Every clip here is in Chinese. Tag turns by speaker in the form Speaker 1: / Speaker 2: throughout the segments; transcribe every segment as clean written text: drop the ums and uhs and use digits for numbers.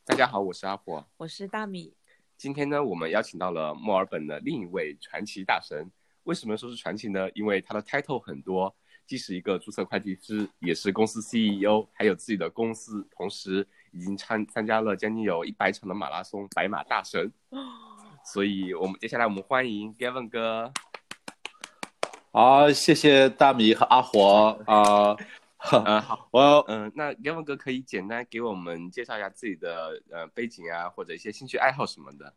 Speaker 1: 大家好，我是阿火，
Speaker 2: 我是大米。
Speaker 1: 今天呢，我们邀请到了墨尔本的另一位传奇大神。为什么说是传奇呢？因为他的 title 很多，既是一个注册会计师，也是公司 CEO， 还有自己的公司，同时已经参加了将近有100场的马拉松，白马大神。所以接下来我们欢迎 Gavin 哥。
Speaker 3: 好，谢谢大米和阿火好，
Speaker 1: 那 Gavin 哥可以简单给我们介绍一下自己的背景啊，或者一些兴趣爱好什么的。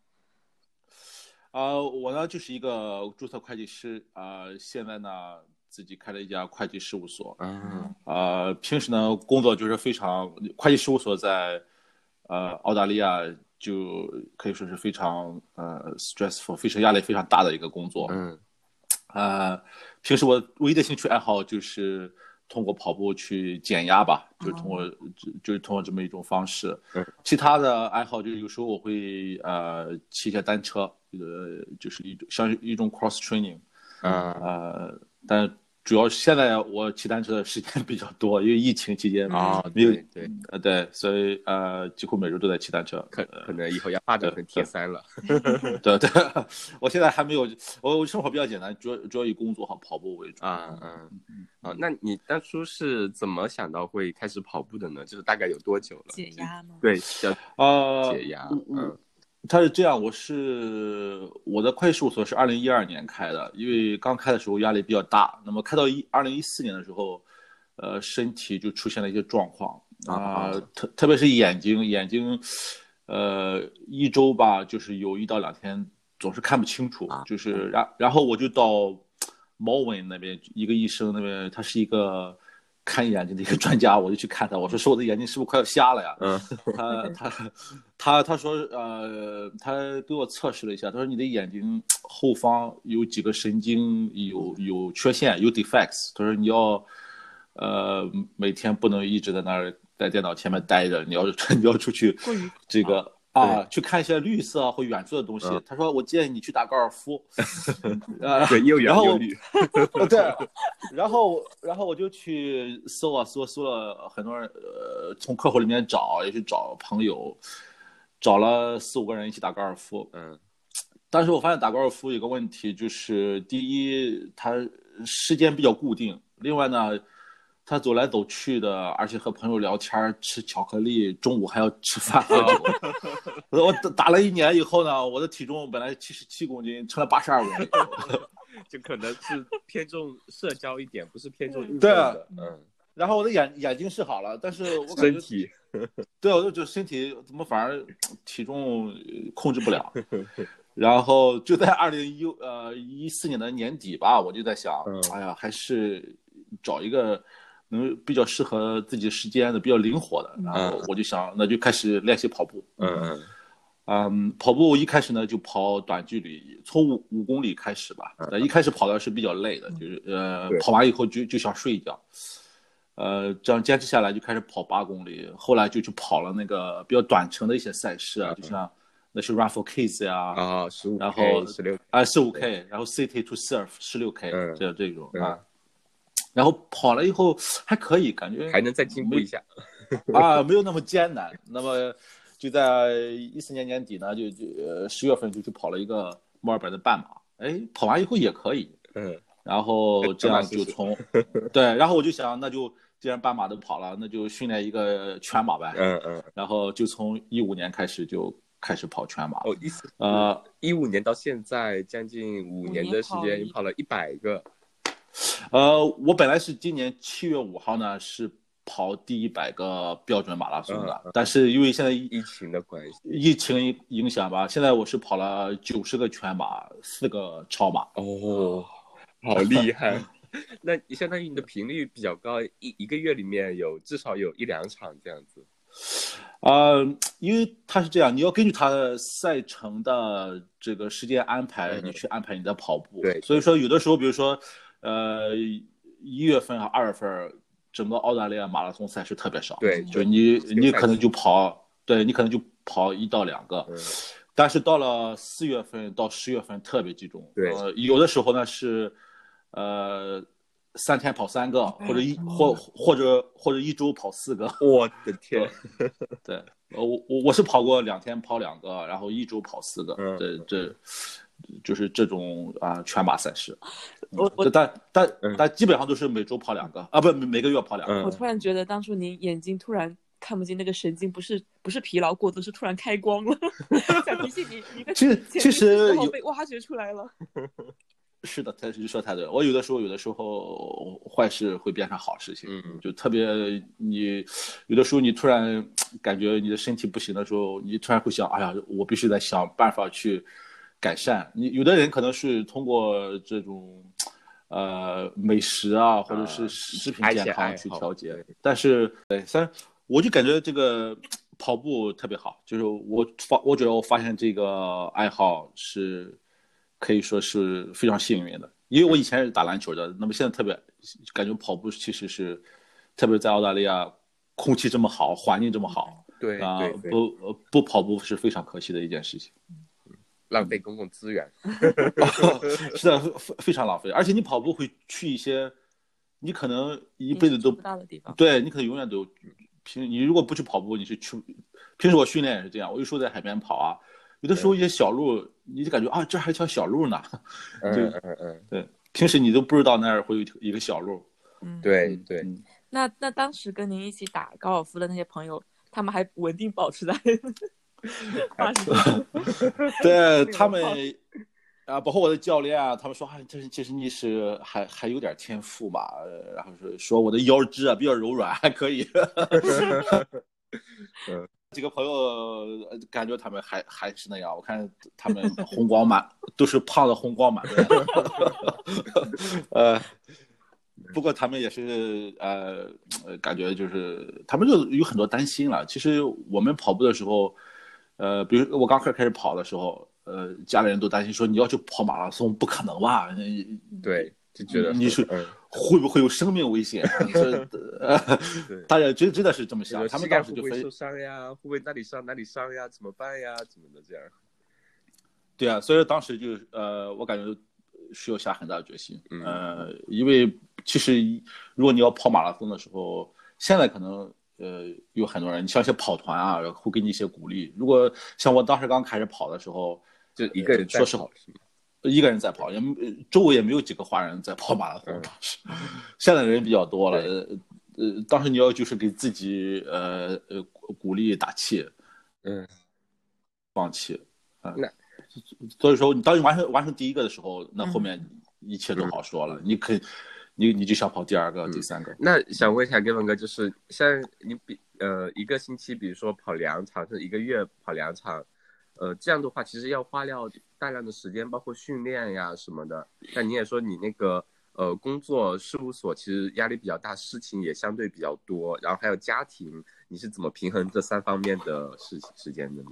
Speaker 3: 我呢就是一个注册会计师现在呢自己开了一家会计事务所。平时呢工作就是会计事务所在澳大利亚就可以说是非常stressful， 非常压力非常大的一个工作。平时我唯一的兴趣爱好就是通过跑步去减压吧，就是通过这么一种方式。其他的爱好就是有时候我会骑一下单车，就是像一种 cross training。但主要现在我骑单车的时间比较多，因为疫情期间没有对，所以几乎每周都在骑单车。
Speaker 1: 可能以后要发展成铁三了。
Speaker 3: 对，我现在还没有，我生活比较简单，主要以工作和跑步为主。
Speaker 1: 那你当初是怎么想到会开始跑步的呢？就是大概有多久了？
Speaker 2: 解压吗？
Speaker 1: 对，解压。
Speaker 3: 他是这样，我的会计事务所是2012年开的，因为刚开的时候压力比较大，那么开到2014年的时候，身体就出现了一些状况特别是眼睛，一周吧，就是有1到2天总是看不清楚，就是然后我就到Melbourne那边一个医生那边，他是一个看眼睛的一个专家，我就去看他，我说我的眼睛是不是快要瞎了呀？他说他给我测试了一下，他说你的眼睛后方有几个神经有缺陷，有 defects， 他说你要每天不能一直在那儿在电脑前面待着，你要出去这个去看一些绿色或远处的东西。他说我建议你去打高尔夫。
Speaker 1: 对，又远又绿。
Speaker 3: 对，然后我就去搜了很多人，从客户里面找，也去找朋友，找了4-5个人一起打高尔夫。但是我发现打高尔夫有个问题，就是第一它时间比较固定，另外呢他走来走去的，而且和朋友聊天吃巧克力，中午还要吃饭喝酒。我打了1年以后呢，我的体重本来77公斤成了82公斤。
Speaker 1: 就可能是偏重社交一点，不是偏重运动的。
Speaker 3: 然后我的眼睛是好了，但是我感觉
Speaker 1: 身体，
Speaker 3: 对，我就觉得身体怎么反而体重控制不了。然后就在2014年的年底吧，我就在想，哎呀，还是找一个能比较适合自己时间的、比较灵活的。然后我就想，那就开始练习跑步。跑步一开始呢就跑短距离，从5公里开始吧。一开始跑的是比较累的，就是跑完以后就想睡一觉。这样坚持下来就开始跑8公里，后来就去跑了那个比较短程的一些赛事就像那是 Run for Kids 呀
Speaker 1: ，15K，
Speaker 3: 然后15K， 然后 City to Surf 16K，这种然后跑了以后还可以，感觉
Speaker 1: 还能再进步一下
Speaker 3: 没有那么艰难。那么就在14年年底呢，就10月份就去跑了一个墨尔本的半马，跑完以后也可以，然后这样就对，然后我就想，那就既然半马都跑了，那就训练一个全马呗，然后就从15年开始就开始跑全马。
Speaker 1: 15年到现在将近5年的时间，你跑了100个。
Speaker 3: 我本来是今年7月5号呢是跑第100个标准马拉松的，但是因为现在
Speaker 1: 疫情的关系，
Speaker 3: 疫情影响吧，现在我是跑了90个全马，4个超马。
Speaker 1: 好厉害！那相当于你的频率比较高，一个月里面至少有1-2场这样子。
Speaker 3: 因为它是这样，你要根据它赛程的这个时间安排，你去安排你的跑步。
Speaker 1: 对，
Speaker 3: 所以说有的时候，比如说1月份和2月份，整个澳大利亚马拉松赛事特别少。
Speaker 1: 对，
Speaker 3: 就你可能就跑1到2个。但是到了4月份到10月份特别集中。
Speaker 1: 对，
Speaker 3: 有的时候呢是3天跑3个，或者一周跑4个。
Speaker 1: 我的天！
Speaker 3: 对， 我是跑过2天跑2个，然后1周跑4个，这就是这种全马赛事。但基本上都是每周跑2个啊，不，每个月跑2个。
Speaker 2: 我突然觉得当初您眼睛突然看不见那个神经，不是疲劳过度，是突然开光了。想提醒你，
Speaker 3: 其实
Speaker 2: 被挖掘出来了。
Speaker 3: 是的，他说太对了。我有的时候坏事会变成好事情，就特别你有的时候你突然感觉你的身体不行的时候，你突然会想，哎呀，我必须得想办法去改善。你有的人可能是通过这种美食啊，或者是食品健康去调节，但是我就感觉这个跑步特别好，就是我觉得我发现这个爱好是可以说是非常幸运的，因为我以前是打篮球的，那么现在特别感觉跑步其实是，特别在澳大利亚空气这么好，环境这么好，
Speaker 1: 对
Speaker 3: 不跑步是非常可惜的一件事情，
Speaker 1: 浪费公共资源，
Speaker 3: 是的，非常浪费，而且你跑步会去一些你可能一辈子都
Speaker 2: 不到的地方，
Speaker 3: 对，你可能永远都你如果不去跑步，你是去平时我训练也是这样，我有时候在海边跑啊。有的时候一些小路，你就感觉这还一条小路呢，对，平时你都不知道那儿会有一个小路，
Speaker 1: 对。
Speaker 2: 那当时跟您一起打高尔夫的那些朋友，他们还稳定保持在
Speaker 3: 对他们包括我的教练啊，他们说其实你是还有点天赋嘛，然后说我的腰肢比较柔软，还可以。几个朋友感觉他们还是那样，我看他们红光满，都是胖的红光满面。不过他们也是感觉就是他们就有很多担心了。其实我们跑步的时候，比如我刚开始跑的时候，家里人都担心说你要去跑马拉松，不可能吧？
Speaker 1: 对，就觉得
Speaker 3: 你是会不会有生命危险？大家真的是这么想，他们当时就
Speaker 1: 会不会受伤呀？会不会哪里伤呀？怎么办呀？怎么的这样？
Speaker 3: 对啊，所以当时就我感觉需要下很大的决心。因为其实如果你要跑马拉松的时候，现在可能有很多人，你像一些跑团啊，会给你一些鼓励。如果像我当时刚开始跑的时候，
Speaker 1: 就一个人在跑，
Speaker 3: 说实话。一个人在跑，周围也没有几个华人在跑马拉松。当时，现在人比较多了。当时你要就是给自己鼓励打气，放弃，所以说你当你完成第一个的时候，那后面一切都好说了。你就想跑第2个、第3个。
Speaker 1: 那想问一下Gavin哥，就是像你一个星期，比如说跑2场，甚至1个月跑2场。这样的话其实要花掉大量的时间，包括训练呀什么的。但你也说你那个工作事务所其实压力比较大，事情也相对比较多，然后还有家庭，你是怎么平衡这3方面的时间的呢？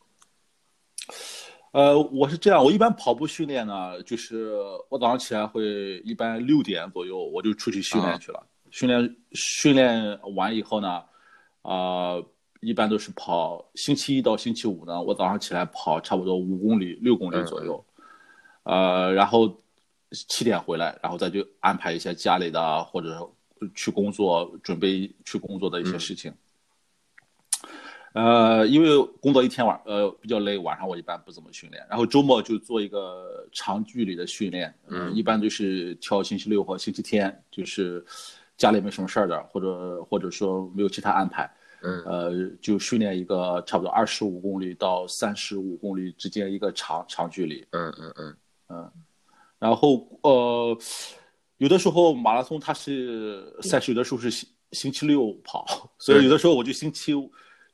Speaker 3: 我是这样，我一般跑步训练呢，就是我早上起来会一般6点左右我就出去训练去了。训练完以后呢，一般都是跑星期1到星期5呢，我早上起来跑差不多5公里、6公里左右，然后7点回来，然后再去安排一些家里的或者去工作、准备去工作的一些事情。因为工作一天比较累，晚上我一般不怎么训练，然后周末就做一个长距离的训练，一般就是挑星期6或星期天，就是家里没什么事儿的，或者说没有其他安排。就训练一个差不多25公里到35公里之间一个长距离。然后有的时候马拉松它是赛事，有的时候是星期6跑，所以有的时候我就星期五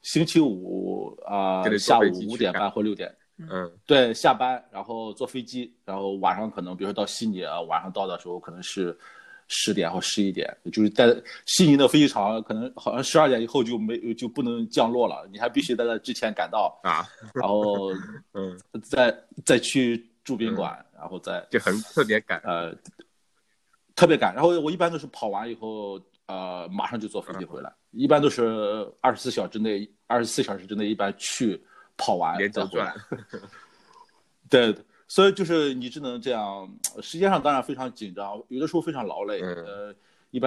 Speaker 3: 下午5点半或6点，对，下班然后坐飞机，然后晚上可能比如说到悉尼晚上到的时候可能是10点或11点，就是在悉尼的飞机场，可能好像12点以后就不能降落了，你还必须在那之前赶到然后再去住宾馆，然后再
Speaker 1: 就特别赶，
Speaker 3: 特别赶。然后我一般都是跑完以后马上就坐飞机回来，一般都是24小时之内一般去跑完再回来。对。所以就是你只能这样，时间上当然非常紧张，有的时候非常劳累。一般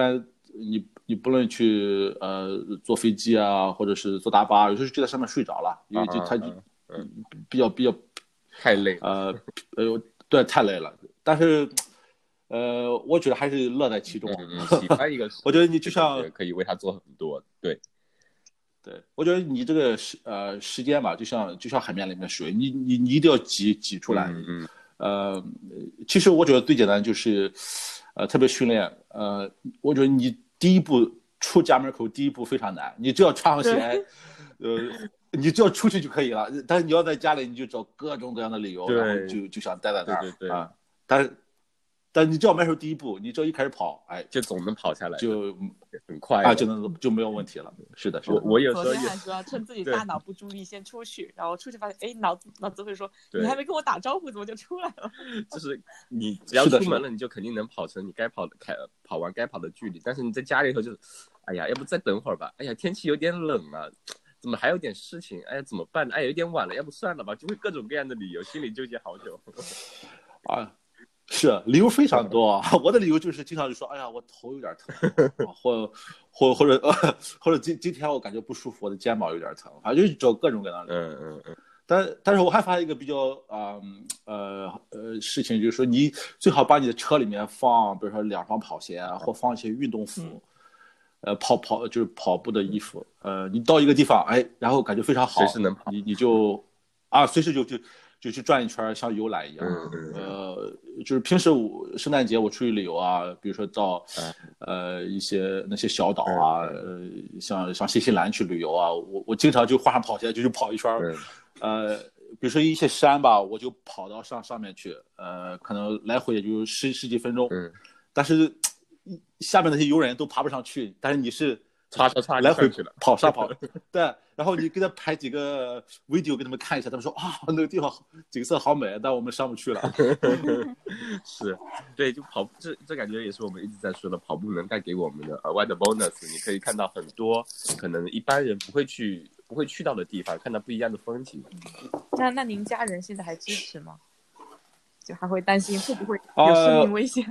Speaker 3: 你不论去坐飞机啊，或者是坐大巴，有时候就在上面睡着了，因为它比较
Speaker 1: 太累了。
Speaker 3: 对，太累了。但是我觉得还是乐在其中。
Speaker 1: 喜欢一个
Speaker 3: 我觉得你就像
Speaker 1: 可以为他做很多。对，
Speaker 3: 我觉得你这个时间吧，就像海绵里面的水，你一定要挤出来。其实我觉得最简单就是特别训练。我觉得你第一步出家门口第一步非常难，你只要穿上鞋，你只要出去就可以了。但是你要在家里，你就找各种各样的理由，然后就想待在那儿。
Speaker 1: 对
Speaker 3: 啊，但你只要迈出第一步，你只要一开始跑，哎，
Speaker 1: 就总能跑下来，
Speaker 3: 就
Speaker 1: 很快
Speaker 3: 啊，就没有问题了。是的，
Speaker 1: 我有时候
Speaker 2: 昨天还说趁自己大脑不注意先出去，然后出去发现，哎，脑子会说你还没跟我打招呼，怎么就出来了？
Speaker 1: 就是你只要出门了，你就肯定能跑成你该跑的跑完该跑的距离。但是你在家里头就是，哎呀，要不再等会儿吧？哎呀，天气有点冷了，怎么还有点事情？哎呀，怎么办呢？哎，有点晚了，要不算了吧？就会各种各样的理由，心里纠结好久。
Speaker 3: 啊。是理由非常多啊！我的理由就是经常就说，哎呀，我头有点疼，或者今天我感觉不舒服，我的肩膀有点疼，反正就找各种各样的理由。但是我还发现一个比较事情，就是说你最好把你的车里面放，比如说2双跑鞋，或放一些运动服，就是跑步的衣服。你到一个地方，哎，然后感觉非常好，
Speaker 1: 随时能跑，
Speaker 3: 你就随时就去转一圈，像游览一样。就是平时圣诞节我出去旅游啊，比如说到一些那些小岛啊，像新西兰去旅游啊，我经常就换上跑鞋就去跑一圈。比如说一些山吧，我就跑到上面去，可能来回也就十几分钟。但是下面那些游人都爬不上去，但是你是来回跑上跑，对，然后你给他拍几个 video 给他们看一下，他们说那个地方景色好美，但我们上不去了。
Speaker 1: 是，对，就跑步这感觉也是我们一直在说的，跑步能带给我们的额外的 bonus。你可以看到很多可能一般人不会去到的地方，看到不一样的风景。
Speaker 2: 那您家人现在还支持吗？就还会担心会不会有生命危险？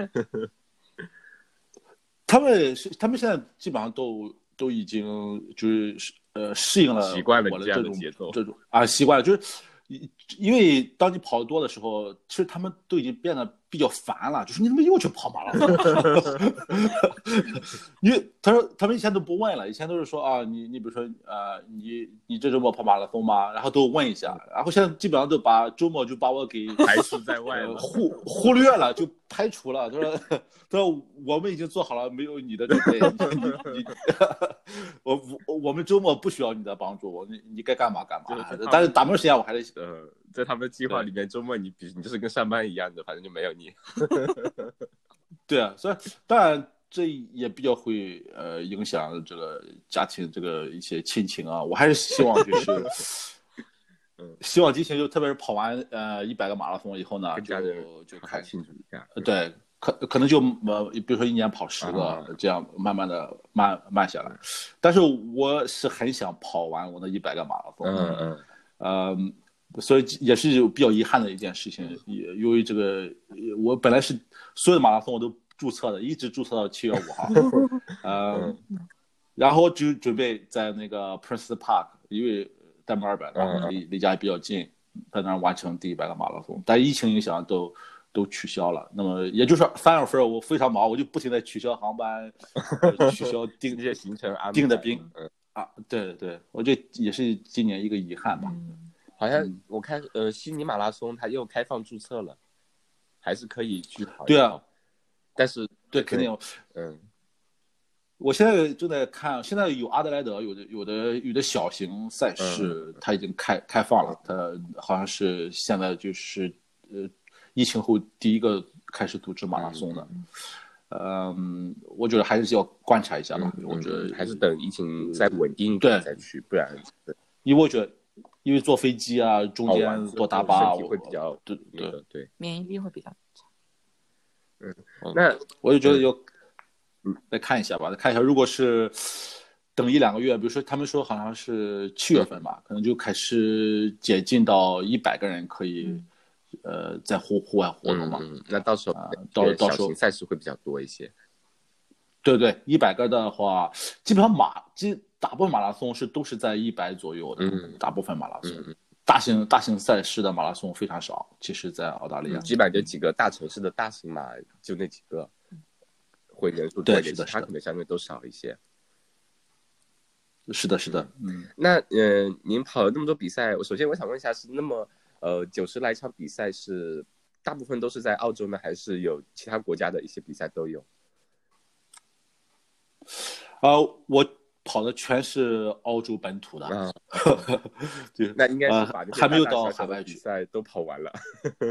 Speaker 3: 他们现在基本上都已经就是适应了
Speaker 1: 习惯了
Speaker 3: 我的
Speaker 1: 这样的节奏，
Speaker 3: 这种习惯了，就是因为当你跑得多的时候，其实他们都已经变得比较烦了，就是你怎么又去跑马拉松？因为他们以前都不问了，以前都是说你比如说你这周末跑马拉松吗？然后都问一下，然后现在基本上都把周末就把我给
Speaker 1: 排除在外了，
Speaker 3: 忽略了，就排除了。他说我们已经做好了没有你的准备，我们周末不需要你的帮助，你该干嘛干嘛。但是打磨时间我还是
Speaker 1: 在他们的计划里面，周末你就是跟上班一样的，反正就没有你。
Speaker 3: 对啊，所以当然这也比较会影响这个家庭这个一些亲情啊。我还是希望就是希望今天就特别是跑完100个马拉松以后呢，就开
Speaker 1: 庆祝一下。
Speaker 3: 对，可能就比如说1年跑10个，这样慢慢的慢下来。但是我是很想跑完我的100个马拉松。所以也是比较遗憾的一件事情，由于这个我本来是所有的马拉松我都注册的，一直注册到7月5号。然后就准备在那个 Prince Park， 因为在墨尔本，离家也比较近，在那儿完成第100个马拉松。但疫情影响都取消了。那么也就是3月份我非常忙，我就不停地取消航班，取消
Speaker 1: 这些行程
Speaker 3: 订的兵。对，我觉得也是今年一个遗憾吧。
Speaker 1: 好像我看悉尼马拉松它又开放注册了，还是可以去跑。
Speaker 3: 对啊，
Speaker 1: 但是
Speaker 3: 对肯定我现在正在看，现在有阿德莱德有的小型赛事，它已经开放了，它好像是现在就是疫情后第一个开始组织马拉松的。我觉得还是要观察一下吧。我觉得
Speaker 1: 还是等疫情再稳定一点再去，不然
Speaker 3: 因为我觉得。因为坐飞机啊，中间坐大巴，
Speaker 1: 身体会比较对，
Speaker 2: 免疫力会比较差。
Speaker 1: 那
Speaker 3: 我就觉得要再看一下吧，再看一下，如果是等1-2个月，比如说他们说好像是7月份吧，可能就开始解禁到100个人可以在户外活动嘛。
Speaker 1: 那到时候
Speaker 3: 到时候
Speaker 1: 小型赛事会比较多一些。
Speaker 3: 对，100个的话，基本上大部分马拉松都是在100左右的，大部分马拉松，大型赛事的马拉松非常少，其实，在澳大利亚，
Speaker 1: 基本上就几个大城市的大型马，就那几个会人数多一点，其他可能相对都少一些。
Speaker 3: 是的，
Speaker 1: 那您跑了那么多比赛，首先我想问一下，是那么90来场比赛是大部分都是在澳洲呢，还是有其他国家的一些比赛都有？
Speaker 3: 我跑的全是澳洲本土的，
Speaker 1: 那应该是把
Speaker 3: 还没有到海外
Speaker 1: 比赛都跑完了。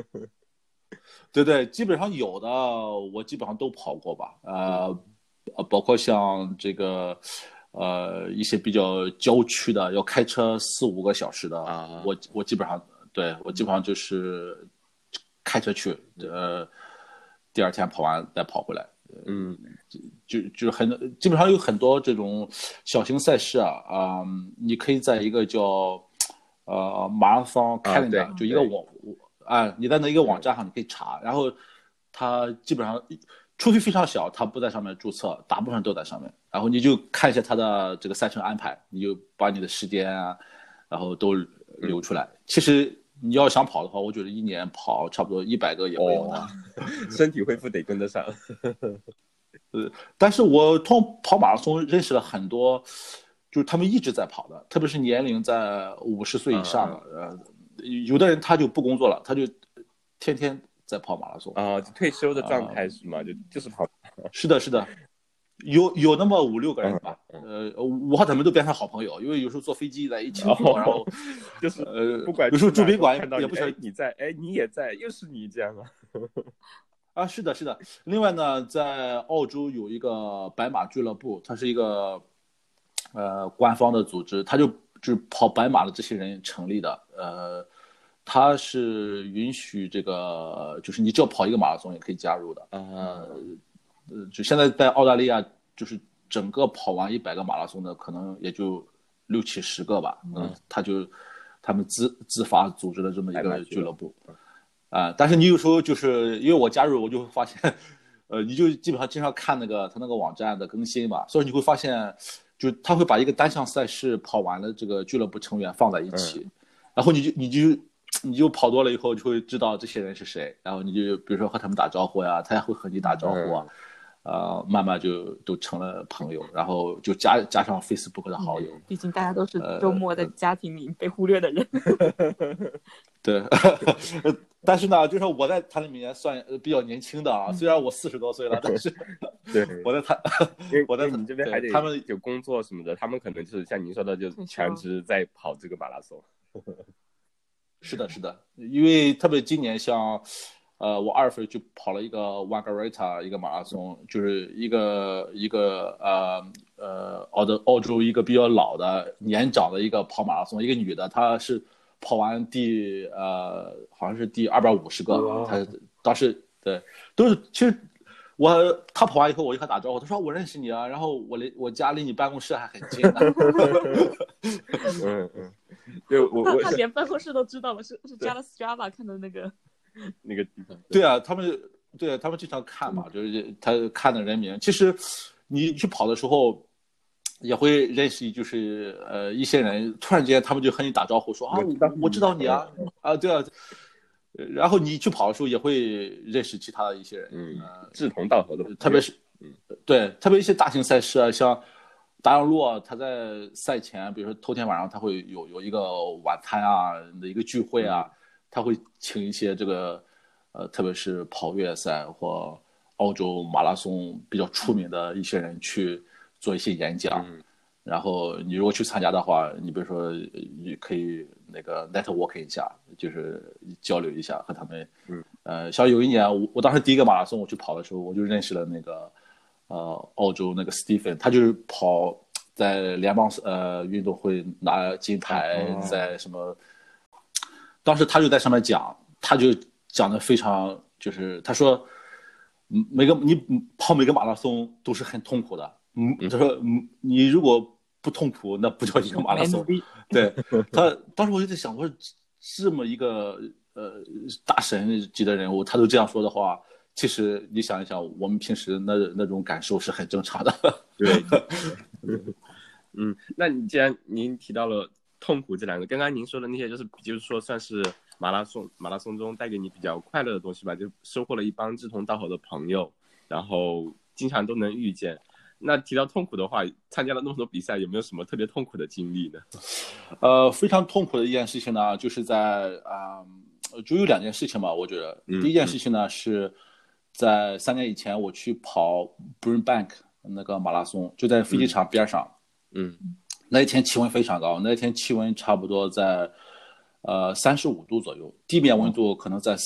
Speaker 3: 对，基本上有的我基本上都跑过吧，包括像这个一些比较郊区的，要开车4-5个小时的，我基本上就是开车去，第二天跑完再跑回来。就基本上有很多这种小型赛事你可以在一个叫Marathon Calendar，就一个你在那一个网站上你可以查，然后它基本上除非非常小，它不在上面注册，大部分都在上面，然后你就看一下它的这个赛程安排，你就把你的时间然后都留出来。其实你要想跑的话，我觉得一年跑差不多100个也会有的，
Speaker 1: 身体恢复得跟得上。
Speaker 3: 但是我通过跑马拉松认识了很多，就是他们一直在跑的，特别是年龄在50岁以上的，有的人他就不工作了，他就天天在跑马拉松
Speaker 1: 退休的状态是吗？就是跑。
Speaker 3: 是的，有那么5-6个人吧，我和他们都变成好朋友，因为有时候坐飞机在一起坐，然后
Speaker 1: 就是不管
Speaker 3: 有时候住宾馆
Speaker 1: 也
Speaker 3: 不晓得
Speaker 1: 你在，你也在，又是你这样
Speaker 3: 是的。另外呢，在澳洲有一个白马俱乐部，它是一个官方的组织，它就是跑白马的这些人成立的，它是允许这个，就是你只要跑一个马拉松也可以加入的，就现在在澳大利亚，就是整个跑完100个马拉松的可能也就60-70个吧，他们自发组织的这么一个俱乐部。但是你有时候就是因为我加入，我就会发现，你就基本上经常看他那个网站的更新嘛，所以你会发现，就他会把一个单项赛事跑完了这个俱乐部成员放在一起，然后你就跑多了以后就会知道这些人是谁，然后你就比如说和他们打招呼呀，他也会和你打招呼慢慢就都成了朋友，然后就加上 Facebook 的好友。
Speaker 2: 毕竟大家都是周末在家庭里被忽略的人。
Speaker 3: 对，但是呢，就是我在他里面算比较年轻的虽然我40多岁了，但是
Speaker 1: 对，
Speaker 3: 我在
Speaker 1: 你这边还得
Speaker 3: 他们
Speaker 1: 有工作什么的，他们可能就是像您说的，就全职在跑这个马拉松。
Speaker 3: 是的，因为特别今年像我2月份就跑了一个 Wangaratta 一个马拉松，就是一个澳洲一个比较老的年长的一个跑马拉松，一个女的，她是跑完好像是第250个，她当时对都是其实她跑完以后我就和她打招呼，她说我认识你啊，然后我家离你办公室还很近
Speaker 1: 对，
Speaker 2: 他连办公室都知道了，是加了 Strava 看的那个
Speaker 1: 地方。
Speaker 3: 对啊，他们经常看嘛，就是他看的人名。其实你去跑的时候也会认识，就是一些人，突然间他们就和你打招呼说我知道你对啊。然后你去跑的时候也会认识其他的一些人，
Speaker 1: 志同道合的，
Speaker 3: 特别是特别一些大型赛事像达阳路他在赛前，比如说头天晚上他会有一个晚餐的一个聚会他会请一些这个特别是跑越野赛或澳洲马拉松比较出名的一些人去做一些演讲，然后你如果去参加的话，你比如说你可以那个 networking 一下，就是交流一下和他们，像有一年我当时第一个马拉松我去跑的时候，我就认识了那个澳洲那个 Stephen， 他就是跑在联邦运动会拿金牌，在什么，当时他就在上面讲，他就讲的非常，就是他说你跑每个马拉松都是很痛苦的，他说你如果不痛苦，那不叫一个马拉松。对，当时我就在想，我说这么一个大神级的人物，他都这样说的话， 其实你想一想，我们平时那种感受是很正常的。
Speaker 1: 对，那你既然您提到了痛苦这两个，刚刚您说的那些就是说算是马拉松中带给你比较快乐的东西吧，就收获了一帮志同道合的朋友，然后经常都能遇见。那提到痛苦的话，参加了那么多比赛，有没有什么特别痛苦的经历呢？
Speaker 3: 非常痛苦的一件事情呢，就是在就有2件事情吧，我觉得。第一件事情呢，是在3年以前我去跑 Burnbank 那个马拉松，就在飞机场边上。那一天气温非常高，那一天气温差不多在35度左右，地面温度可能在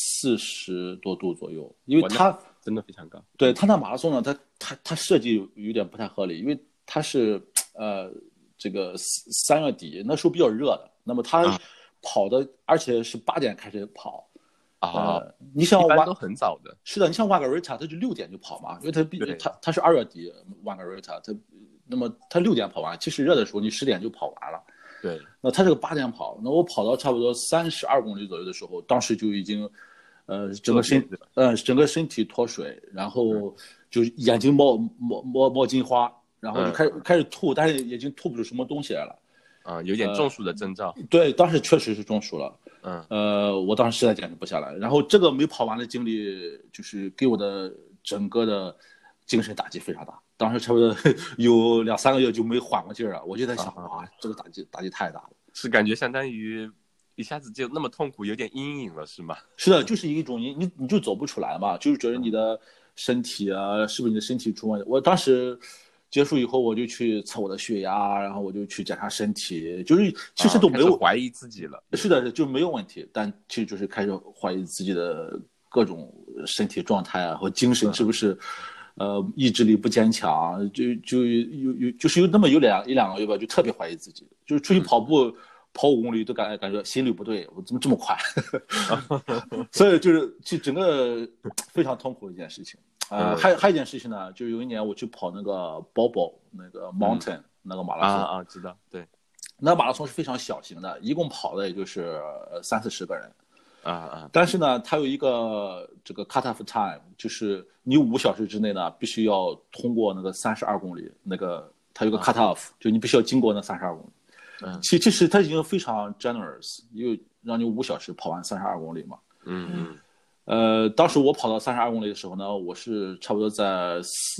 Speaker 3: 40多度左右，因为它
Speaker 1: 真的非常高。
Speaker 3: 对，它那马拉松呢，它设计有点不太合理，因为它是这个3月底那时候比较热的，那么它跑的而且是8点开始跑你像
Speaker 1: 一般都很早的。
Speaker 3: 是的，你像瓦格瑞塔，它就6点就跑嘛，因为它是2月底瓦格瑞塔，那么它6点跑完，其实热的时候你10点就跑完了。
Speaker 1: 对，
Speaker 3: 那它这个8点跑，那我跑到差不多32公里左右的时候，当时就已经整个身体脱水，然后就眼睛冒金花，然后就开始吐，但是已经吐不出什么东西来了。
Speaker 1: 有点中暑的征兆。
Speaker 3: 对，当时确实是中暑了。我当时实在坚持不下来，然后这个没跑完的经历，就是给我的整个的精神打击非常大。当时差不多有2-3个月就没缓过劲儿了，我就在想，哇，这个打击太大了。
Speaker 1: 是感觉相当于一下子就那么痛苦，有点阴影了，是吗？
Speaker 3: 是的，就是一种你就走不出来嘛，就是觉得你的身体啊，是不是你的身体出问题？我当时结束以后，我就去测我的血压，然后我就去检查身体，就是其实都没有
Speaker 1: 怀疑自己了。
Speaker 3: 是的，就没有问题，但其实就是开始怀疑自己的各种身体状态啊和精神是不是意志力不坚强，就是有那么一两个月吧，就特别怀疑自己，就是出去跑步。跑5公里都感觉心率不对，我怎么这么快？所以就整个非常痛苦的一件事情。还有一件事情呢，就是有一年我去跑那个 Bobo 那个 Mountain 那个马拉松
Speaker 1: 知道，对，
Speaker 3: 那马拉松是非常小型的，一共跑的也就是30-40个人。但是呢，它有一个这个 cut off time， 就是你5小时之内呢，必须要通过那个32公里，那个它有个 cut off，就你必须要经过那32公里。其实它已经非常 generous， 因为让你5小时跑完32公里嘛。当时我跑到32公里的时候呢，我是差不多在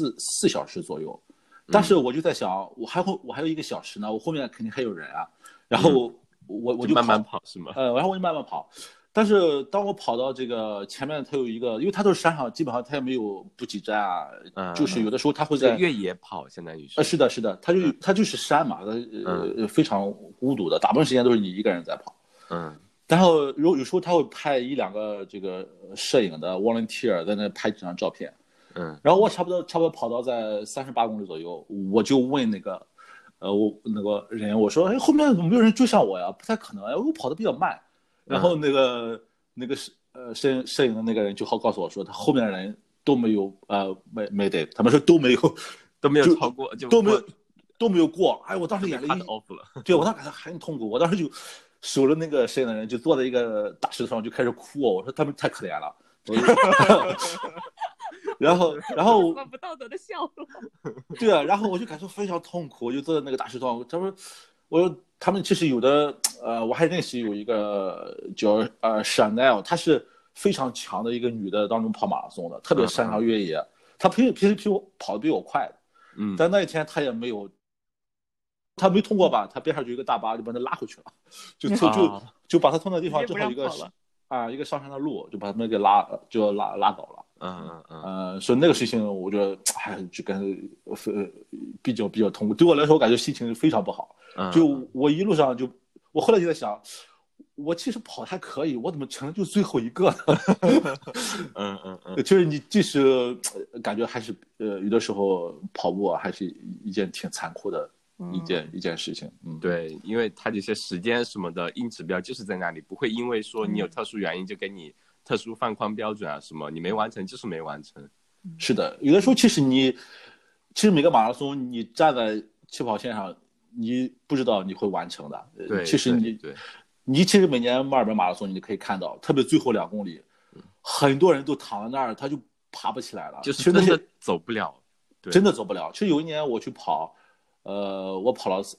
Speaker 3: 4小时左右，但是我就在想，我还有1个小时呢，我后面肯定还有人啊，然后我就
Speaker 1: 慢慢跑是吗？
Speaker 3: 然后我就慢慢跑。但是当我跑到这个前面，它有一个，因为它都是山上，基本上它也没有补给站啊，就是有的时候它会在
Speaker 1: 越野跑，相当于是。
Speaker 3: 是的，它就是山嘛，非常孤独的，大部分时间都是你一个人在跑。然后有时候他会派1-2个这个摄影的 volunteer 在那拍几张照片。然后我差不多跑到在38公里左右，我就问那个那个人，我说，后面怎么没有人追上我呀？不太可能呀，我跑得比较慢。然后那个摄影的那个人就告诉我说，他后面的人都没有没得，他们说都没有
Speaker 1: 超过，
Speaker 3: 都没有过。哎，我当时眼泪对，我当时感觉很痛苦，我当时就守着那个摄影的人就坐在一个大石头上就开始哭，我说他们太可怜了。然后
Speaker 2: 不道德的笑了。
Speaker 3: 对啊，然后我就感受非常痛苦，我就坐在那个大石头上。他们其实有的我还认识有一个叫Chanel， 她是非常强的一个女的，当中跑马拉松的，特别擅长越野。她平时比我跑得比我快的，但那一天她也没有，她没通过吧，她边上就有一个大巴就把她拉回去了，就把她从那地方正好一个上山的路，就把他们给拉走了。所以那个事情我觉得就感觉比较痛苦，对我来说我感觉心情非常不好。就我一路上我后来就在想，我其实跑还可以，我怎么成了就最后一个呢？就是你即使感觉还是有的时候跑步还是一件挺残酷的一件事情。
Speaker 1: 对，因为它这些时间什么的硬指标就是在那里，不会因为说你有特殊原因就给你特殊放宽标准啊什么，你没完成就是没完成。
Speaker 3: 是的，有的时候其实每个马拉松你站在起跑线上，你不知道你会完成的。
Speaker 1: 对，
Speaker 3: 其实你其实每年墨尔本马拉松你可以看到，特别最后2公里，很多人都躺在那儿，他就爬不起来了，
Speaker 1: 就是
Speaker 3: 真
Speaker 1: 的走不了，对，
Speaker 3: 真的走不了。其实有一年我去跑，我跑了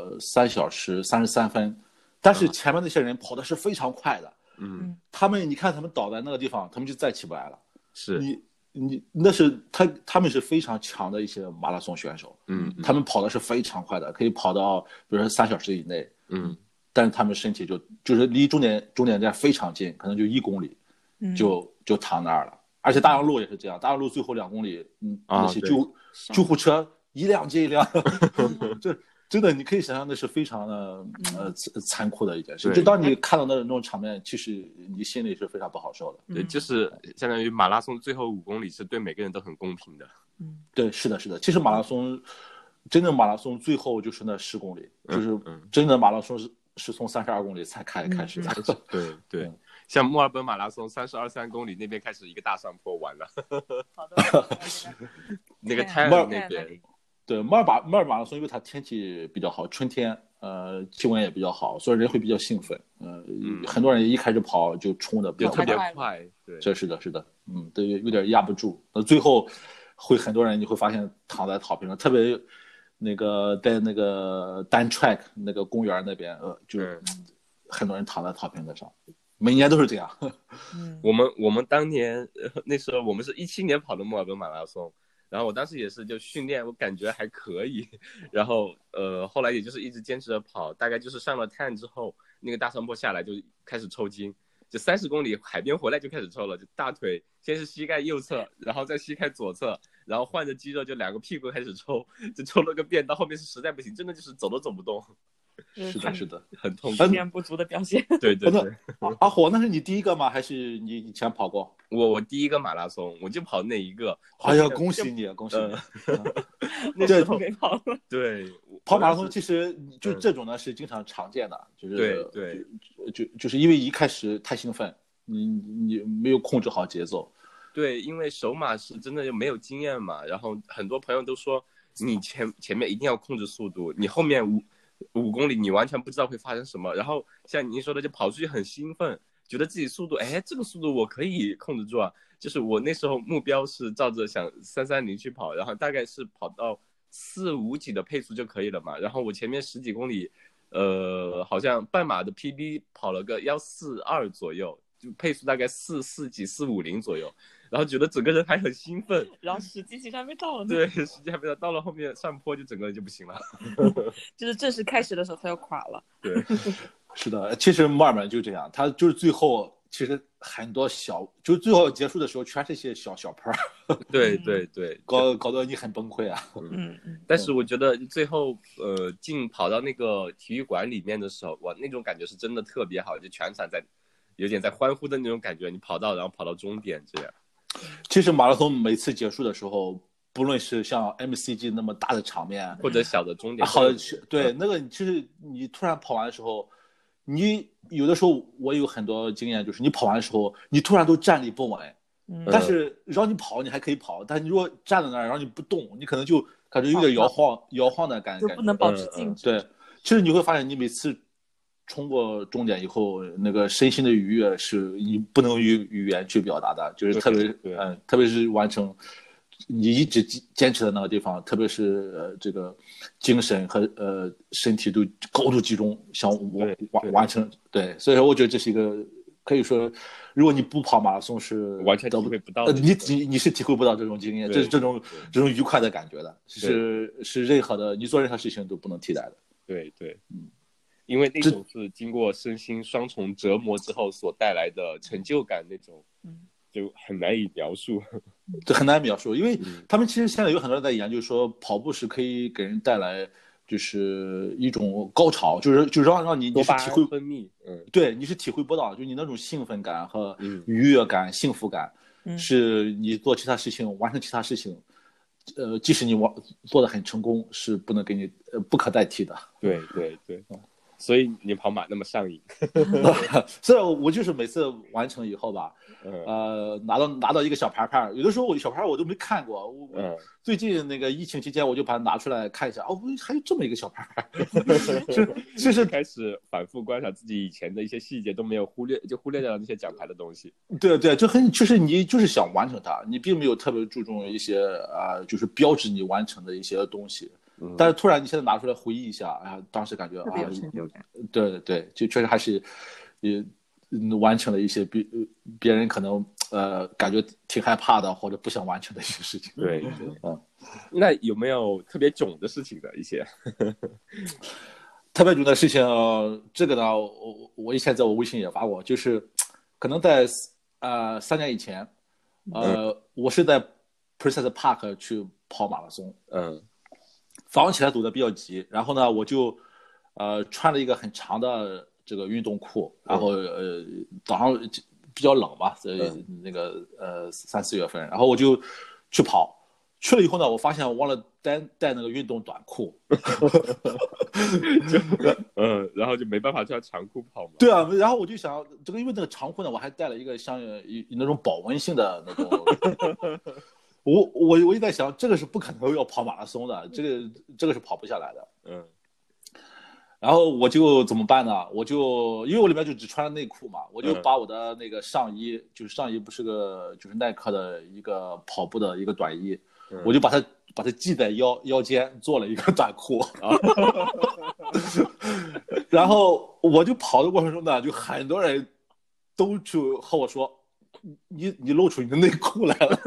Speaker 3: 3小时33分，但是前面那些人跑的是非常快的，你看他们倒在那个地方，他们就再起不来了。
Speaker 1: 是
Speaker 3: 那是他们是非常强的一些马拉松选手，他们跑的是非常快的，可以跑到比如说3小时以内，但是他们身体就是离终点站非常近，可能就1公里，就躺那儿了。而且大洋路也是这样，大洋路最后2公里，那些救护车一辆接一辆，这真的你可以想象那是非常的残酷的一件事。就当你看到那种场面，其实你心里是非常不好受的。
Speaker 1: 对，就是相当于马拉松最后5公里是对每个人都很公平的。
Speaker 3: 对，是的，是的。其实真正马拉松最后就是那10公里，就是真的马拉松是从32公里才开始的。
Speaker 1: 对对。像墨尔本马拉松32、3公里那边开始一个大上坡完了，
Speaker 2: 好的，
Speaker 1: 那个泰尔那边，
Speaker 3: 对，墨尔本马拉松，因为它天气比较好，春天，气温也比较好，所以人会比较兴奋，很多人一开始跑就冲的比较
Speaker 1: 特别快，对，
Speaker 3: 这是的，对，有点压不住，最后很多人你会发现躺在草坪上，特别在那个单 track 那个公园那边，就很多人躺在草坪上。每年都是这样。
Speaker 1: 我们当年那时候我们是17年跑的墨尔本马拉松，然后我当时也是就训练，我感觉还可以，然后后来也就是一直坚持着跑，大概就是上了碳之后，那个大上坡下来就开始抽筋，就30公里海边回来就开始抽了，就大腿先是膝盖右侧，然后再膝盖左侧，然后换着肌肉就2个屁股开始抽，就抽了个遍，到后面是实在不行，真的就是走都走不动。
Speaker 3: 是的，
Speaker 1: 很痛苦，
Speaker 2: 训练不足的表现。
Speaker 1: 对。
Speaker 3: 阿火，那是你第一个吗？还是你以前跑过？
Speaker 1: 我第一个马拉松，我就跑那一个。
Speaker 3: 哎呀，恭喜你！
Speaker 2: 那时候没跑了。
Speaker 1: 对，
Speaker 3: 跑马拉松其实就这种呢是经常常见的，就是
Speaker 1: 对，
Speaker 3: 就是因为一开始太兴奋，你没有控制好节奏。
Speaker 1: 对，因为首马是真的就没有经验嘛，然后很多朋友都说你前面一定要控制速度，你后面5公里你完全不知道会发生什么，然后像您说的就跑出去很兴奋，觉得自己速度这个速度我可以控制住啊，就是我那时候目标是照着想330去跑，然后大概是跑到450几的配速就可以了嘛，然后我前面10几公里好像半马的 PB 跑了个142左右，就配速大概4几450左右，然后觉得整个人还很兴奋，
Speaker 2: 然后实际其实还没到呢。
Speaker 1: 对，实际还没到了后面上坡就整个人就不行了，
Speaker 2: 就是正式开始的时候他要垮了。
Speaker 1: 对，
Speaker 3: 是的，其实墨尔本就这样，他就是最后其实很多就是最后结束的时候全是一些小坡，
Speaker 1: 对，
Speaker 3: 搞得你很崩溃啊。
Speaker 1: 但是我觉得最后跑到那个体育馆里面的时候，哇，那种感觉是真的特别好，就全场有点在欢呼的那种感觉，你然后跑到终点这样。
Speaker 3: 其实马拉松每次结束的时候，不论是像 MCG 那么大的场面，
Speaker 1: 或者小的终点，
Speaker 3: 好的，对，那个其实你突然跑完的时候，你有的时候我有很多经验，就是你跑完的时候，你突然都站立不稳，但是让你跑你还可以跑，但是你如果站在那儿，然后你不动，你可能就感觉有点摇晃的感觉，
Speaker 2: 就不能保持静止。
Speaker 3: 对，其实你会发现，你每次冲过终点以后，那个身心的愉悦是你不能用语言去表达的，就是特别是完成你一直坚持的那个地方，特别是这个精神和身体都高度集中，想完成。对，所以说我觉得这是一个可以说，如果你不跑马拉松是
Speaker 1: 完全体会不到的，
Speaker 3: 你是体会不到这种经验，这种愉快的感觉的，是任何的你做任何事情都不能替代的。
Speaker 1: 对，因为那种是经过身心双重折磨之后所带来的成就感，那种就很难以描述。
Speaker 3: 这很难描述，因为他们其实现在有很多人在研究说，跑步是可以给人带来就是一种高潮，就是让你是体会
Speaker 1: 分泌，
Speaker 3: 对，你是体会不到，就你那种兴奋感和愉悦感、幸福感，是你做其他事情、完成其他事情，即使你做得很成功，是不能给你不可代替的。
Speaker 1: 对。 所以你跑马那么上瘾。
Speaker 3: 所以我就是每次完成以后吧，拿到一个小牌牌，有的时候我小牌我都没看过，最近那个疫情期间我就把它拿出来看一下，哦，还有这么一个小牌牌，
Speaker 1: 就是开始反复观察自己以前的一些细节，都没有忽略掉那些奖牌的东西。
Speaker 3: 对，就是你就是想完成它，你并没有特别注重一些就是标志你完成的一些东西。但是突然你现在拿出来回忆一下，当时感觉
Speaker 2: 特别有成就感。
Speaker 3: 对，就确实还是完成了一些别人可能感觉挺害怕的或者不想完成的一些事情。
Speaker 1: 对，那有没有特别囧的事情的一些？
Speaker 3: 特别囧的事情，这个呢，我以前在我微信也发过，就是可能在3年以前，我是在 Princess Park 去跑马拉松，早上起来走的比较急，然后呢，我就穿了一个很长的这个运动裤，然后早上比较冷嘛，那个3、4月份，然后我就去跑，去了以后呢，我发现我忘了带那个运动短裤，
Speaker 1: 然后就没办法穿长裤跑嘛。
Speaker 3: 对啊，然后我就想这个，因为那个长裤呢，我还带了一个像那种保温性的那种。我就在想，这个是不可能要跑马拉松的，这个是跑不下来的。然后我就怎么办呢？因为我里面就只穿了内裤嘛，我就把我的那个上衣，就是上衣不是个就是耐克的一个跑步的一个短衣，我就把它系在腰间，做了一个短裤。然后我就跑的过程中呢，就很多人都就和我说，你露出你的内裤来了。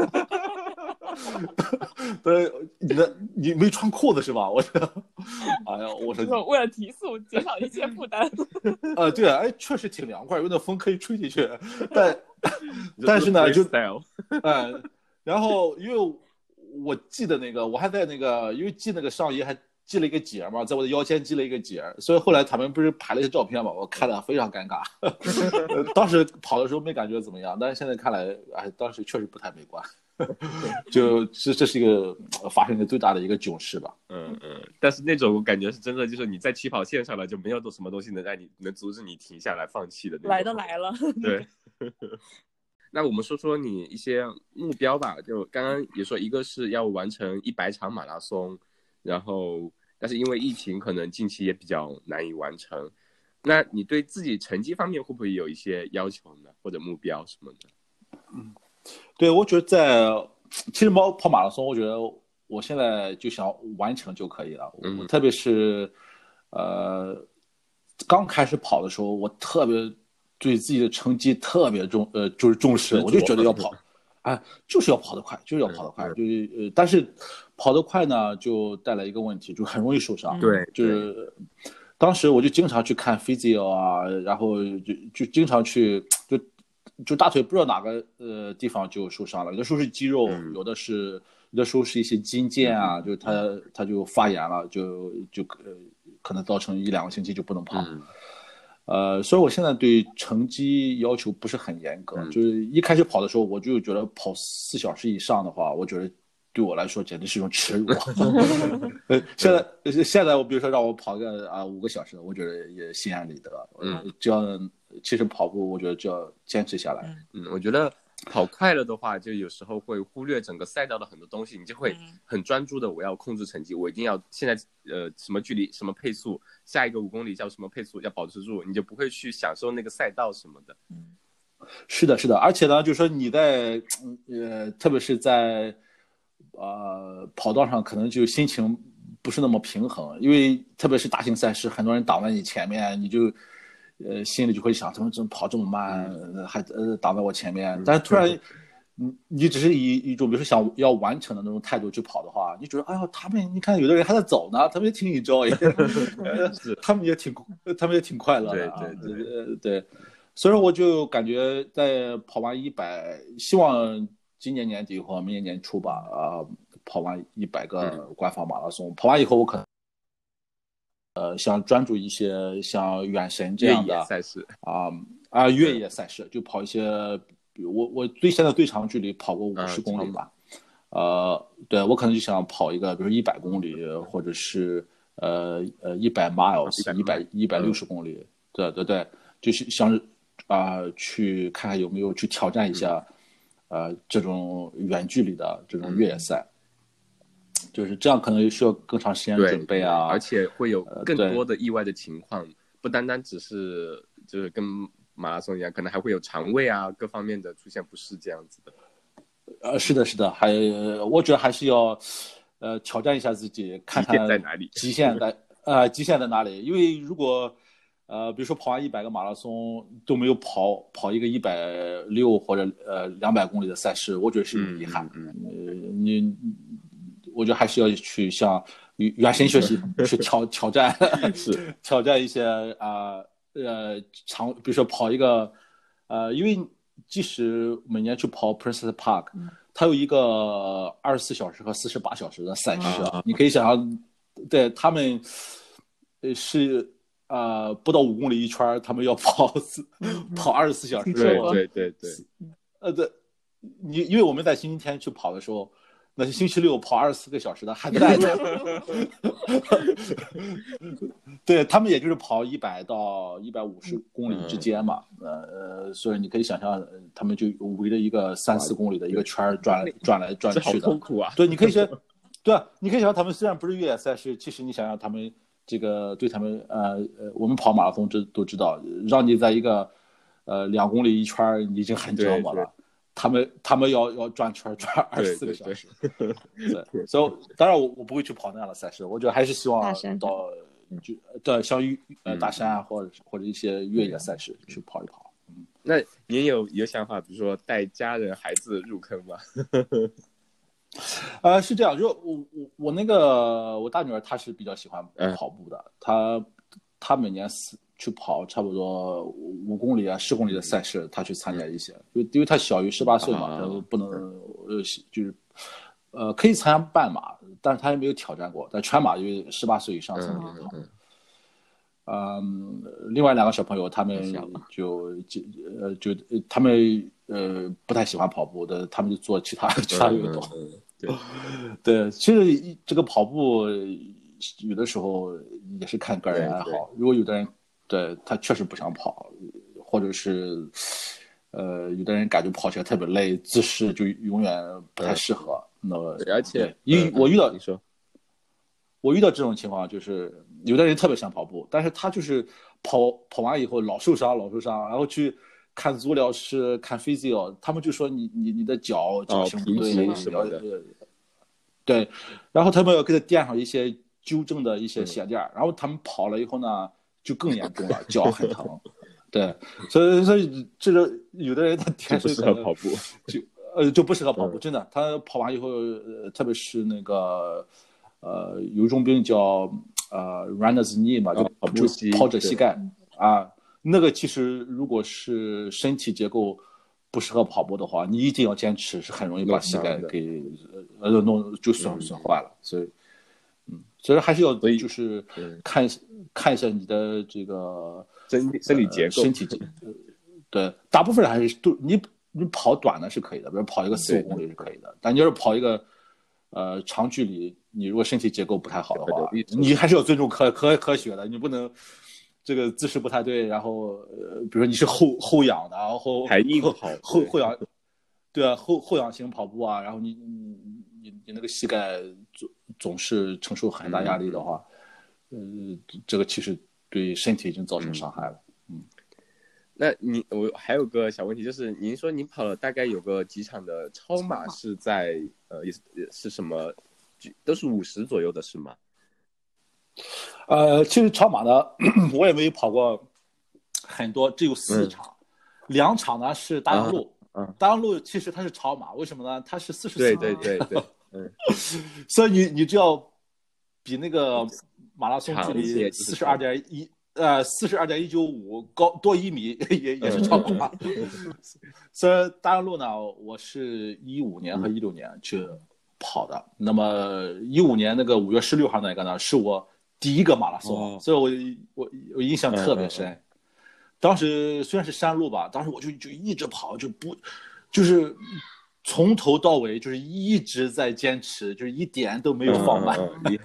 Speaker 3: 对，你没穿裤子是吧？哎呀，我说
Speaker 2: 为了提速减少一些负担。
Speaker 3: 对啊，确实挺凉快，有点风可以吹进去。但是呢，然后因为我系的那个，我还在那个，因为系那个上衣还系了一个结嘛，在我的腰间系了一个结，所以后来他们不是拍了一些照片嘛，我看了非常尴尬。当时跑的时候没感觉怎么样，但是现在看来，当时确实不太美观。这是一个发生的最大的一个囧事吧。
Speaker 1: 但是那种感觉是真的，就是你在起跑线上了，就没有什么东西能阻止你停下来放弃的那种。
Speaker 2: 来都来了。
Speaker 1: 对。那我们说说你一些目标吧，就刚刚也说，一个是要完成100场马拉松，然后但是因为疫情，可能近期也比较难以完成。那你对自己成绩方面会不会有一些要求呢，或者目标什么的？
Speaker 3: 对，我觉得其实跑马拉松，我觉得我现在就想完成就可以了。我特别是刚开始跑的时候，我特别对自己的成绩特别就是重视，我就觉得要跑，就是要跑得快，就是要跑得快，但是跑得快呢，就带来一个问题，就很容易受伤。
Speaker 1: 对，
Speaker 3: 就是当时我就经常去看 physio 啊，然后就经常去就大腿不知道哪个地方就受伤了，有的时候是肌肉，有的时候是一些筋腱啊，就它就发炎了，就可能造成1、2个星期就不能跑。所以我现在对成绩要求不是很严格，就是一开始跑的时候，我就觉得跑4小时以上的话，我觉得对我来说简直是一种耻辱。现在我比如说让我跑个5个小时，我觉得也心安理得。只要其实跑步，我觉得就要坚持下来。
Speaker 1: 我觉得跑快了的话，就有时候会忽略整个赛道的很多东西，你就会很专注的，我要控制成绩，我一定要现在什么距离什么配速，下一个5公里叫什么配速要保持住，你就不会去享受那个赛道什么的。
Speaker 3: 是的，而且呢，就是说你在特别是在跑道上，可能就心情不是那么平衡，因为特别是大型赛事，很多人挡在你前面，你就心里就会想，怎么跑这么慢，还挡在我前面。但是突然你只是以一种比如说想要完成的那种态度去跑的话，你觉得哎呀，他们你看有的人还在走呢，他们也挺enjoy，他们也挺快乐的。对，所以说我就感觉在跑完100，希望今年年底或明年年初吧，跑完100个官方马拉松，跑完以后我可能想专注一些像远神这样的
Speaker 1: 越野赛事
Speaker 3: 越野赛事，就跑一些，比如我现在最长距离跑过50公里吧，对，我可能就想跑一个，比如100公里，或者是 100 miles 160公里，对对对，就是想去看看有没有去挑战一下这种远距离的这种越野赛。就是这样，可能需要更长时间准备啊，
Speaker 1: 而且会有更多的意外的情况，不单单只是就是跟马拉松一样，可能还会有肠胃啊各方面的出现不适这样子的。
Speaker 3: 是的，是的，我觉得还是要挑战一下自己，看看
Speaker 1: 在哪里，
Speaker 3: 极限在哪里。因为如果比如说跑完100个马拉松都没有跑一个160或者200公里的赛事，我觉得是有遗憾。我觉得还是要去向原神学习，去挑战
Speaker 1: 是
Speaker 3: 挑战一些比如说跑一个因为即使每年去跑 Princess Park，它有一个24小时和48小时的赛事你可以想象，对他们是不到5公里一圈，他们要跑24小时。
Speaker 1: 对，
Speaker 3: 对，因为我们在星期天去跑的时候。那是星期六跑24个小时的还在呢，对他们也就是跑100到150公里之间嘛，所以你可以想象，他们就围着一个3-4公里的一个圈转来转去的，
Speaker 1: 好痛苦啊！
Speaker 3: 对，你可以想象他们虽然不是越野赛事，其实你想想他们这个对他们我们跑马拉松都知道，让你在一个2公里一圈已经很折磨了。他们要转圈转24个小时，对，所以当然我不会去跑那样的赛事，我觉得还是希望到像大山啊或者一些越野赛事去跑一跑。
Speaker 1: 那您有想法，比如说带家人孩子入坑吗？
Speaker 3: 是这样，就我大女儿她是比较喜欢跑步的，她每年去跑差不多5公里啊10公里的赛事，他去参加一些，因为他小于18岁嘛，他不能就是可以参加半马，但是他也没有挑战过，但全马因为18岁以上才能跑。另外2个小朋友他们就他们不太喜欢跑步的，他们就做其他运动。对，其实这个跑步有的时候也是看个人爱好，如果有的人对他确实不想跑，或者是有的人感觉跑起来特别累，姿势就永远不太适合。那
Speaker 1: 而且
Speaker 3: 因为我遇到这种情况，就是有的人特别想跑步，但是他就是跑完以后老受伤，然后去看足疗师、看 physio， 他们就说你的脚型不对
Speaker 1: 什么的，
Speaker 3: 对，然后他们要给他垫上一些纠正的一些鞋垫，然后他们跑了以后呢，就更严重了，脚很疼。对，所以这个有的人他天生
Speaker 1: 不适合跑步，
Speaker 3: 就不适合跑步，真的，他跑完以后，特别是那个有一种病叫runner's knee 嘛，就跑者膝盖啊，那个其实如果是身体结构不适合跑步的话，你一定要坚持，是很容易把膝盖给弄就损坏了。所以还是要就是看一下你的这个
Speaker 1: 生理结构、
Speaker 3: 身体对，大部分人还是你跑短的是可以的，比如跑一个4-5公里是可以的，但你要是跑一个长距离，你如果身体结构不太好的话，你还是要尊重科学的，你不能这个姿势不太对，然后比如说你是后仰的，然后
Speaker 1: 还硬跑
Speaker 3: 后仰，对啊，后仰型跑步啊，然后你那个膝盖总是承受很大压力的话，这个其实对身体已经造成伤害了。
Speaker 1: 那我还有个小问题，就是您说您跑了大概有个几场的超马是在是什么？都是50左右的是吗？
Speaker 3: 其实超马呢，我也没有跑过很多，只有4场，2场呢是大洋路。大洋路其实它是超马，为什么呢？它是44。
Speaker 1: 对，
Speaker 3: 所以你只要比那个马拉松距离42.195高多1米也是超马。所以大洋路呢，我是15年和16年去跑的。那么15年那个5月16号那个呢，是我第一个马拉松，所以我印象特别深。当时虽然是山路吧，当时我就一直跑，就是从头到尾就是一直在坚持，就是一点都没有放慢。
Speaker 1: 厉害。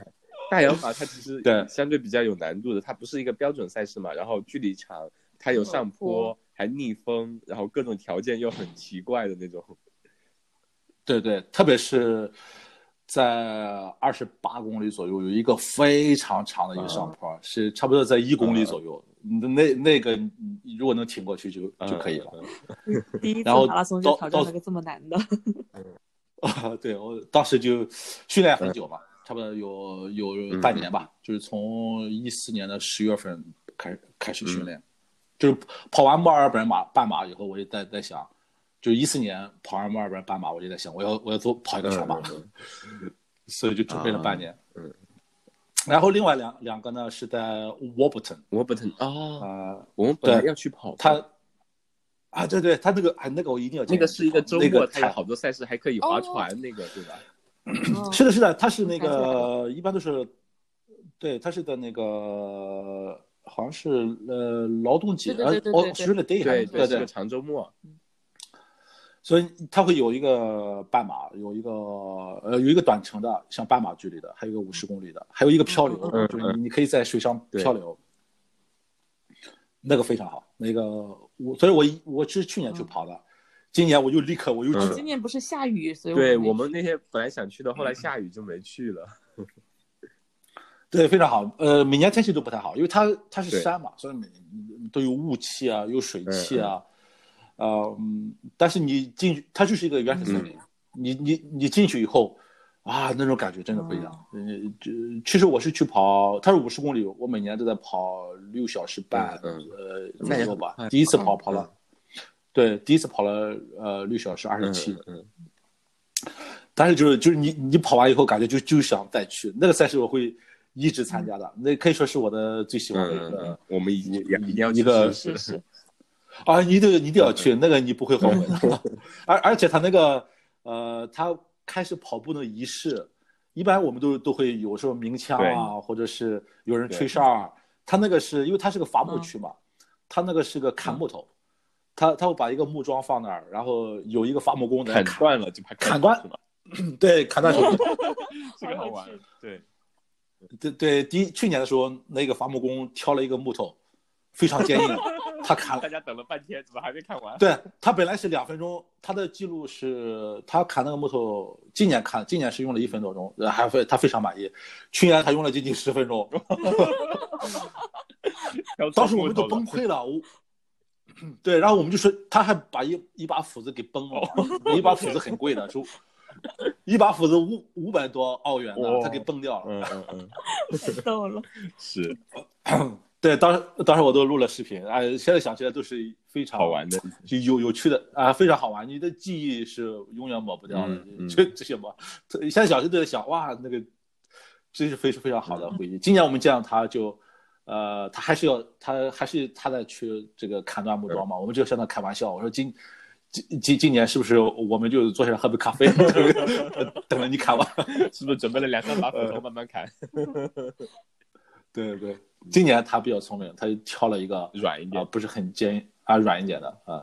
Speaker 1: 大洋马它其实
Speaker 3: 对
Speaker 1: 相对比较有难度的，它不是一个标准赛事嘛，然后距离长，它有上坡，还逆风，然后各种条件又很奇怪的那种。
Speaker 3: 对对，特别是在28公里左右有一个非常长的一个上坡，是差不多在1公里左右。那个你如果能挺过去就可以了。
Speaker 2: 第一次
Speaker 3: 然后
Speaker 2: 马拉松就挑战了个这么难的。
Speaker 3: 对，我当时就训练很久嘛，差不多有半年吧，就是从14年的10月份开始训练，就是跑完墨尔本半马以后，我就在想，就14年跑完墨尔本半马，我就在想，我要跑一个全马，所以就准备了半年。然后另外两个呢是在 Warburton
Speaker 1: 我们本来要去跑
Speaker 3: 对，他那个我一定要
Speaker 1: 那个是一个周末，他有好多赛事，还可以划船，那个对吧？
Speaker 3: 是的，他是那个一般都是，对，他是的那个好像是劳动节，Australia Day，
Speaker 1: 对，是个长周末。
Speaker 3: 所以它会有一个半马，有一个短程的，像半马距离的，还有一个50公里的，还有一个漂流，就是你可以在水上漂流，那个非常好。那个所以我是去年去跑的，今年我又立刻去。
Speaker 2: 今年不是下雨，所以
Speaker 1: 对我们那天本来想去的，后来下雨就没去了。
Speaker 3: 对，非常好。每年天气都不太好，因为它是山嘛，所以都有雾气啊，有水汽啊。但是你进去，它就是一个原始森林。你进去以后，那种感觉真的不一样。其实我是去跑，它是50公里，我每年都在跑6小时半，左右吧。第一次跑了，对，第一次跑了6小时27。但是就是你跑完以后，感觉就想再去。那个赛事我会一直参加的，那可以说是我的最喜欢的一个。
Speaker 1: 我们一定要
Speaker 3: 一个
Speaker 2: 是。
Speaker 3: 你一定要去，那个你不会后悔的。而且他那个他开始跑步的仪式，一般我们都会有时候鸣枪啊，或者是有人吹哨。他那个是因为他是个伐木区嘛，他那个是个砍木头，他会把一个木桩放那儿，然后有一个伐木工
Speaker 1: 砍断了就
Speaker 3: 砍断，对，砍断手指，
Speaker 1: 这个好玩。
Speaker 3: 对，去年的时候，那个伐木工挑了一个木头。非常坚硬，他砍，
Speaker 1: 大家等了半天，怎么还没看完？
Speaker 3: 对，他本来是2分钟，他的记录是他砍那个木头，今年是用了1分多钟，他非常满意。去年他用了接近10分钟，当时我们都崩溃了。对，然后我们就说，他还把一把斧子给崩了，一把斧子很贵的，就一把斧子500多澳元的，他给崩掉了。
Speaker 2: 太逗了，
Speaker 1: 是。
Speaker 3: 对，当时我都录了视频，现在想起来都是非常
Speaker 1: 好玩的，
Speaker 3: 就有趣的非常好玩，你的记忆是永远抹不掉的。这些嘛，现在小时候都在想，哇，那个这是非常好的回忆。今年我们见到他就，他还是他在去这个砍断木桩嘛，我们就向他开玩笑，我说今年是不是我们就坐下来喝杯咖啡，等着你砍完，
Speaker 1: 是不是准备了2-3把斧头慢慢砍？
Speaker 3: 对，今年他比较聪明，他挑了一个
Speaker 1: 软一点，
Speaker 3: 不是很坚软一点的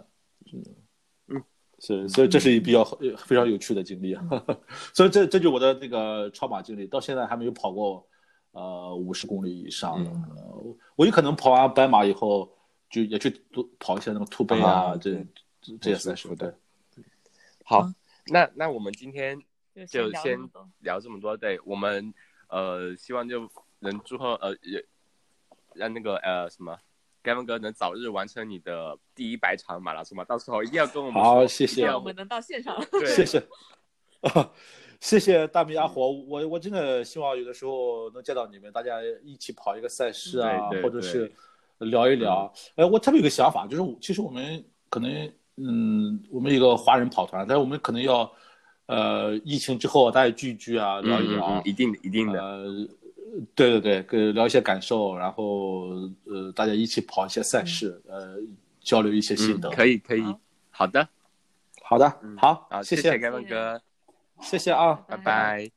Speaker 3: 所以这是非常有趣的经历。所以这就是我的那个超马经历，到现在还没有跑过50公里以上的。我有可能跑完白马以后，就也去跑一些那种兔杯这些赛事。对，
Speaker 1: 好，那我们今天就先聊这么多。对，我们希望就能祝贺让那个什么 Gavin 哥能早日完成你的第100场马拉松嘛，到时候一定要跟我们说。
Speaker 3: 好，谢谢。
Speaker 2: 我们能到现场。
Speaker 3: 谢谢。谢谢大米阿火，我真的希望有的时候能见到你们，大家一起跑一个赛事啊，或者是聊一聊。我特别有个想法，就是其实我们可能我们一个华人跑团，但是我们可能要疫情之后大家聚一聚啊，聊一聊。
Speaker 1: 一定的。
Speaker 3: 对，聊一些感受，然后大家一起跑一些赛事，交流一些心得。
Speaker 1: 可以，好的，
Speaker 3: 好，
Speaker 1: 谢谢 Gavin 哥，
Speaker 3: 谢谢啊，
Speaker 1: 拜拜。